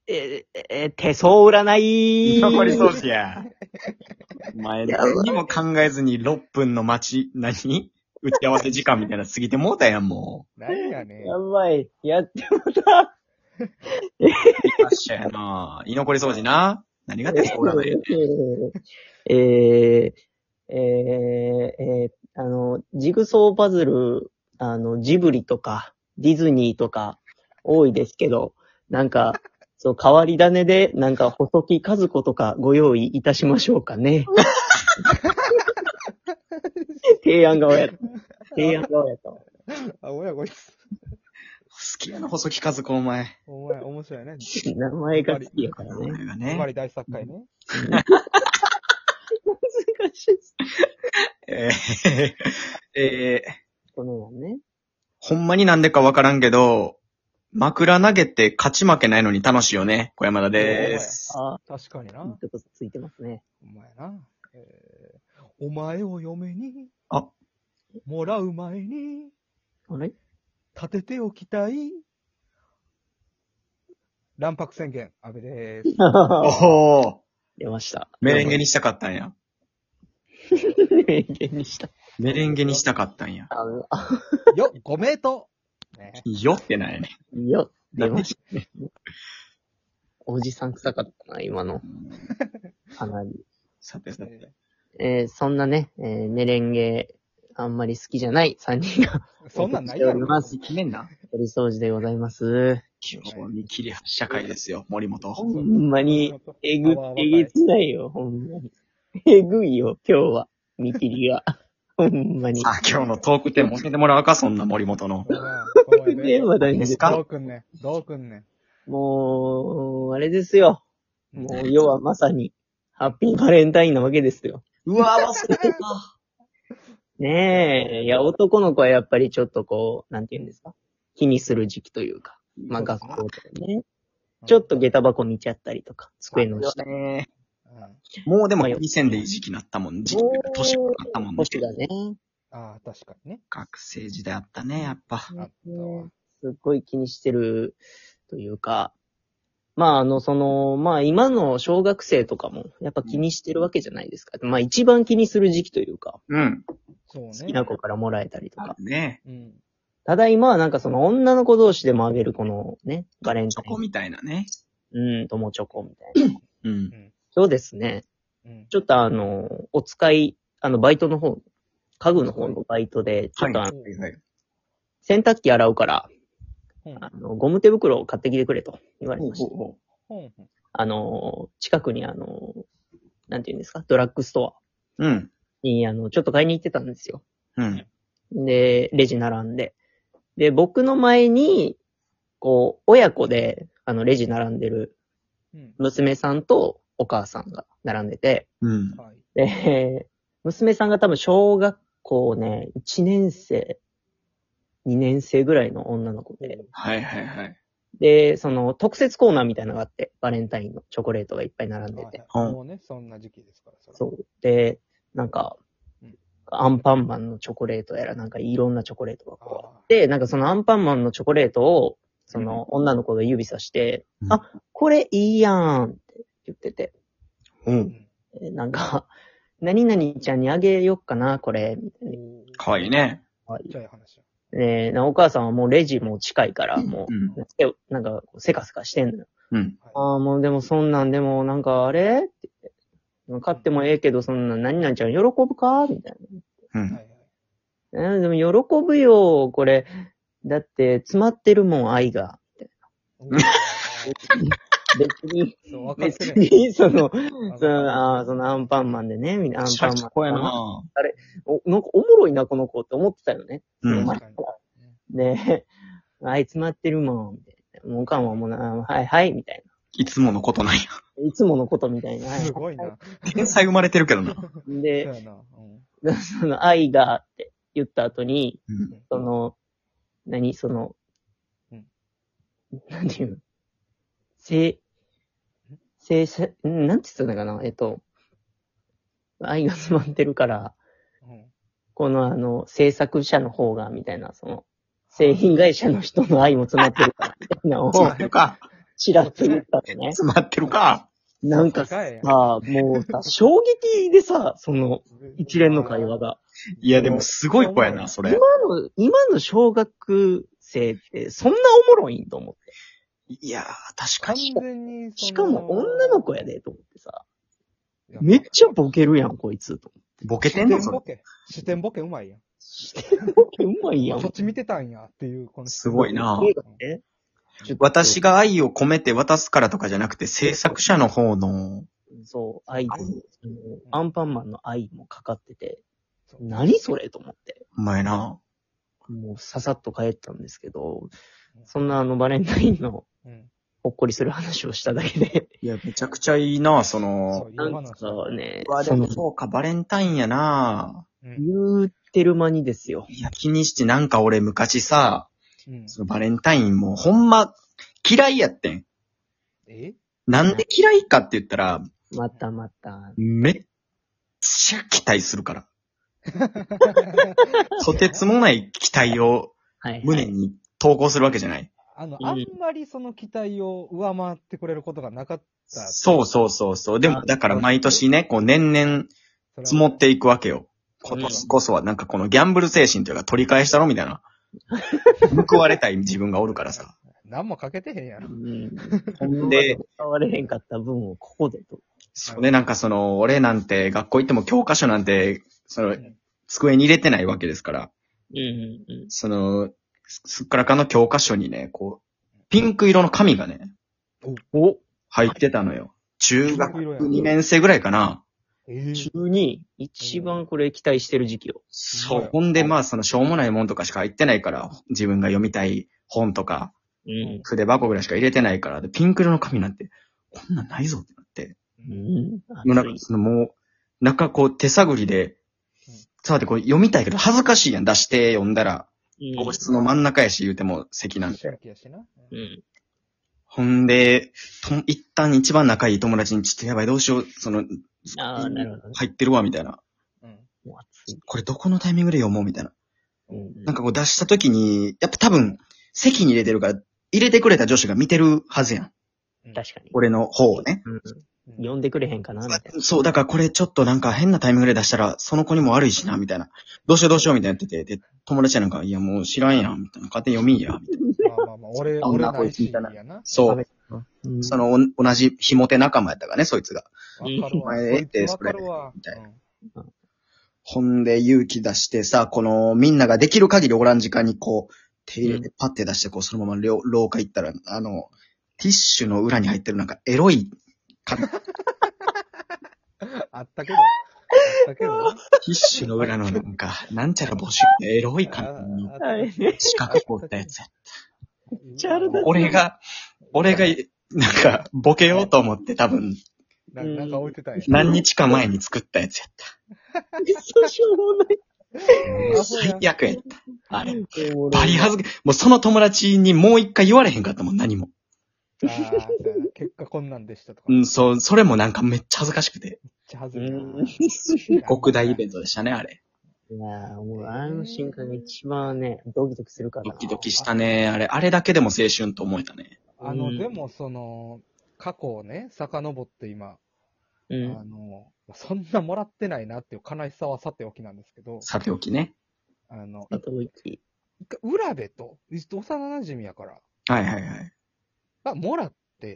手相占い。 残り掃除や。お前、何にも考えずに6分の打ち合わせ時間みたいなの過ぎてもうたやん、も何やねん。 やばい。やってもた。 う。確かやな。居残り掃除な。何が手相占いやねん。 ジグソーパズル、ジブリとか、ディズニーとか、多いですけど、なんか、そう、変わり種で、なんか、細木和子とかご用意いたしましょうかね。提案側やった。提案側やったわ。 あ、親こいつ。 好きやな、細木和子、お前。 お前、面白いね。 名前が好きやからね。 お前があねま。り大作家ね。 難しいっす。このよね。 ほんまになんでかわからんけど、枕投げて勝ち負けないのに楽しいよね。小山田でーす。 あ確かにな。 いいとこついてますね。 お前な。お前を嫁にあ、 もらう前にあれ立てておきたい。卵白宣言、安部でーす。 おー。 出ました。 メレンゲにしたかったんや。 メレンゲにした。 メレンゲにしたかったんや。 よ、ご名答。ね、 よってないやね。 よ、出ましたね。おじさん臭かったな、今の。かなり。 さてさて。 そんなね、メレンゲ、あんまり好きじゃない3人が、 そんなんないしてやろ。 おります。 決めんな。 取り掃除でございます。 基本に切り社会ですよ、森本。 ほんまに、えげつないよ、ほんまに。えぐいよ、今日は。見切りが。ほんまに。 さあ、今日のトークテーマ教えてもらおうか、そんな森本の。 テテーマ大事ですどうくんねん。どうくんねん。 もう、あれですよ。もう、要はまさに、ハッピーバレンタインなわけですよ。 うわー、忘れてた。 ねえ。いや、男の子はやっぱりちょっとこう、なんて言うんですか。気にする時期というか。まあ、学校とかね。ちょっと下駄箱見ちゃったりとか、机の下。 ねうん。 もうでも気にせんでいい時期になったもん。時期が年がなったもんね。 年がね。 ああ、確かにね。 学生時代あったね、やっぱ。 あったわ。 すっごい気にしてるというか、まあ、まあ、今の小学生とかも、やっぱ気にしてるわけじゃないですか。まあ、一番気にする時期というか、 うん。 そうね。 好きな子からもらえたりとか。 ね。 うん。 ただ今はなんかその女の子同士でもあげるこのね、バレンタイン。 チョコみたいなね。 友チョコみたいな。 うん。 そうですね。 うん。 ちょっとお使い、バイトの方、家具の方のバイトで、ちょっとはい。 洗濯機洗うから、 うん。 ゴム手袋を買ってきてくれと言われました。 ほん近くになんていうんですか、ドラッグストアうん。 に、ちょっと買いに行ってたんですよ。 うん。 で、レジ並んで。で、僕の前に、こう、親子で、レジ並んでるうん。 娘さんとお母さんが並んでて、 うん。 はい。 で、娘さんが多分小学校ね、1年生、2年生ぐらいの女の子で、 はいはいはい。 で、特設コーナーみたいなのがあって、バレンタインのチョコレートがいっぱい並んでて。 うんもうね、そんな時期ですから、そら。 そう。で、なんかうん、 アンパンマンのチョコレートやら、なんかいろんなチョコレートがこうああって、なんかそのアンパンマンのチョコレートを、女の子が指さして、 うんあ、これいいやんって言ってて、 う。 あ。うんん。 なんか、何々ちゃんにあげよっかな、これ、みたいかわいいね。 な。 じゃあいい話や。 お母さんはもうレジも近いから、もうん。 う、なんか、せかせかしてんのよ。 うん。 ああ、もうでもそんなんでも、なんかあれって言って、買ってもええけど、そんな何々ちゃん喜ぶかみたいうん。 はいはい。 な。でも喜ぶよ、これ。だって、詰まってるもん、愛が。別に、 そう、分かって別るやん。 に、そのアンパンマンでね、みんなアンパンマン。 こやな。 なんかおもろいな、この子って思ってたよね。 うん。 確かに。 で、あい詰まってるもん、みたいな。もうおかんはもうはいはい、みたいいつものことなんや。 な。いつものことみたいな。 すごいな。 天才生まれてるけどな。 そうで、 やな。うん。 その愛がって言った後に、 うん。 うん何て言うのなんて言ったのかな愛が詰まってるから、 うん。 この制作者の方が、みたいな、製品会社の人の愛も詰まってるから、みたいなのを、 そうか。 ちらっと言ったのね。 詰まってるか。 なんかさ、もうさ、衝撃でさ、その一連の会話が。 いや、でもすごい子やな、それ。 今の小学生ってそんなおもろいんと思って。 いやー、確か完に。 全にしかも女の子やで、と思ってさ。めっちゃボケるやん、こいつ、と。 ボケてんのそれ。 視点ボケうまいやん。 ボケうまいやん。 そっち見てたんやっていう、このすごいな。 私が愛を込めて渡すからとかじゃなくて、制作者の方の。 そう、愛に、アンパンマンの愛もかかってて、何それと思って。 お前な。 もうささっと帰ったんですけど、そんなバレンタインのほっこりする話をしただけで。 いや、めちゃくちゃいいな、その。 なんかね、 でもそうか、バレンタインやな。 言うてる間にですよ。 いや、気にしてなんか俺昔さ、そのバレンタインもほんま嫌いやってん。なんで嫌いかって言ったら、 また。 めっちゃ期待するから。とてつもない期待を胸に投稿するわけじゃない。 あんまりその期待を上回ってくれることがなかった。 そう。でも、だから毎年ね、こう年々積もっていくわけよ。今年こそはなんかこのギャンブル精神というか取り返したろみたいな。報われたい自分がおるからさ。 何もかけてへんやろ。 ほんで、 使われへんかった分をここでと。 そうね、なんかその、俺なんて学校行っても教科書なんて、その、机に入れてないわけですから。その、すっからかの教科書にね、こう、ピンク色の紙がね、入ってたのよ。中学2年生ぐらいかな。 中に一番これ期待してる時期よ。 そう。ほんで、まあ、そのしょうもないもんとかしか入ってないから、自分が読みたい本とか、筆箱ぐらいしか入れてないから、で、ピンク色の紙なんて、こんなんないぞってなって。もう、中こう手探りで、さてこう読みたいけど恥ずかしいやん。出して読んだら、教室の真ん中やし言うても席なんて。ほんで、一旦一番仲いい友達にちょっとやばいどうしよう、その、入ってるわ、みたいな。これどこのタイミングで読もうみたいな。なんかこう出した時に、やっぱ多分、席に入れてるから、入れてくれた女子が見てるはずやん。 確かに。 俺の方をね。 読んでくれへんかなみたいな。 そう、だからこれちょっとなんか変なタイミングで出したら、その子にも悪いしな、みたいな。どうしようみたいなやってて、で、友達やなんか、いやもう知らんやん、みたいな。勝手に読みんや、みたいな。 俺ないしやな。 そう。その、同じひも手仲間やったからね、そいつが。 お前ってそれ、みたいな。ほんで勇気出してさ、このみんなができる限りおらん時間にこう、手入れてパッて出してこう、そのまま廊下行ったら、ティッシュの裏に入ってるなんかエロいあったけど。 ティッシュの裏のなんか、なんちゃら募集、エロい感じに四角く折ったやつやった。俺が、なんか、ボケようと思って多分、 なんか置いてたんや。 何日か前に作ったやつやった。 そうしようもない。 最悪やった。あれ。バリ恥ずかしい。もうその友達にもう一回言われへんかったもん、何も。 結果こんなんでしたとか。 そう、それもなんかめっちゃ恥ずかしくて。 めっちゃ恥ずかしい。 国大イベントでしたね、あれ。 いやもうあの瞬間が一番ね、ドキドキするから。 ドキドキしたね。あれだけでも青春と思えたね。 でも過去をね、遡って今、そんなもらってないなっていう悲しさはさておきなんですけど。 さておきね。 さておき。 浦部と、幼馴染やから。 はい。 もらって。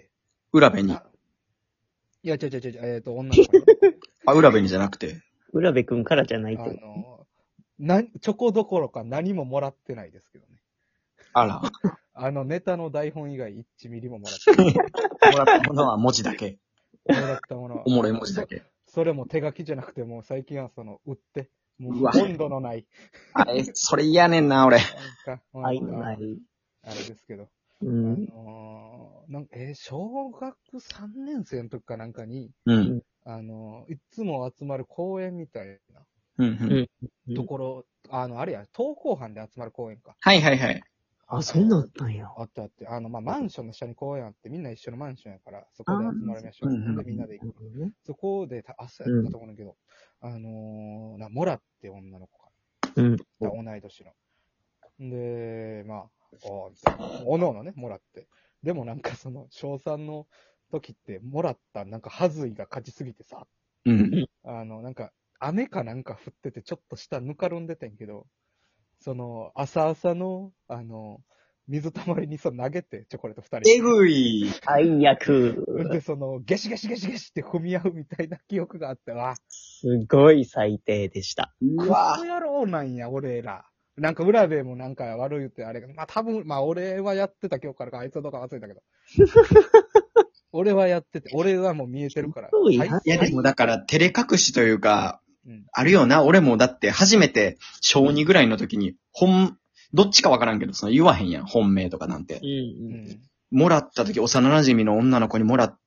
浦部に。 いや、女の子。 浦部にじゃなくて。 浦部くんからじゃないと。 チョコどころか何ももらってないですけどね。 あら。 ネタの台本以外1ミリももらってない。 もらったものは文字だけ。 もらったものは。 おもろい文字だけ。 それも手書きじゃなくて、もう最近は売って、もう温度のない。 あれ、それ嫌ねんな、俺。 愛のない。 あれですけど。小学3年生の時かなんかに、いつも集まる公園みたいな、ところ、あれや、登校班で集まる公園か。 はい。 そんなんあったんや。 あって。マンションの下に公園あって、みんな一緒のマンションやから、そこで集まりましょう。で、みんなで行く。そこで、朝やったと思うんだけど、もらって女の子から。同い年の。で、おのおのね、もらって。 でもなんかその、小3の時ってもらったなんかハズイが勝ちすぎてさ、 うん。 なんか、雨かなんか降っててちょっと下ぬかるんでたんやけど、その、朝の、水たまりに投げて、チョコレート二人えぐい。 最悪。 で、その、ゲシゲシゲシゲシって踏み合うみたいな記憶があって、 すごい最低でした。 クソ野郎なんや、俺ら。なんか裏でもなんか悪い言ってあれが、まあ多分、まあ俺はやってた記憶からか、あいつはどうか忘れたけど。俺はやってて、俺はもう見えてるから。 いやでもだから照れ隠しというか、あるよな。俺もだって初めて小2ぐらいの時に、どっちかわからんけど、その言わへんやん。本命とかなんて。もらった時、幼馴染の女の子にもらって、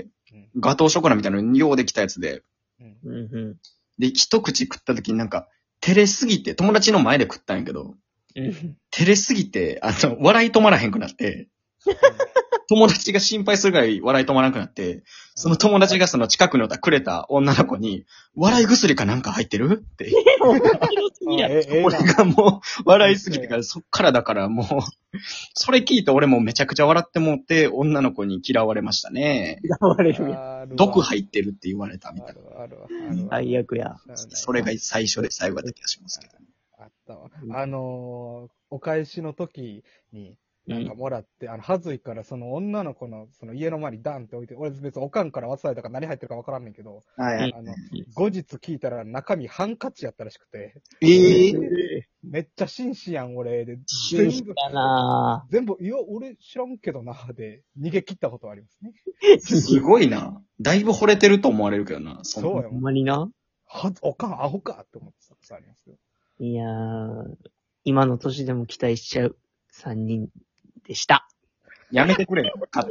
ガトーショコラみたいなのようできたやつで。で、一口食った時になんか、照れすぎて、友達の前で食ったんやけど、照れすぎて、笑い止まらへんくなって、友達が心配するぐらい笑い止まらなくなって、その友達がその近くにおったくれた女の子に、笑い薬かなんか入ってるって。俺がもう笑いすぎてから、そっからだからもう、それ聞いて俺もめちゃくちゃ笑ってもって、女の子に嫌われましたね。 嫌われるやん。毒入ってるって言われたみたいな。 最悪や。 それが最初で最後だった気がしますけど。 あったわ。お返しの時に、なんかもらって、はずいからその女の子のその家の前にダンって置いて、俺別におかんから渡されたから何入ってるかわからんねんけど、後日聞いたら中身ハンカチやったらしくて。めっちゃ紳士やん、俺。で紳士だな全部、いや、俺知らんけどな、で、逃げ切ったことはありますね。 すごいな。だいぶ惚れてると思われるけどな。 そうやほんまにな。 おかん、アホかって思ってたことありますよ。 いやー、今の年でも期待しちゃう3人でした。 やめてくれよ。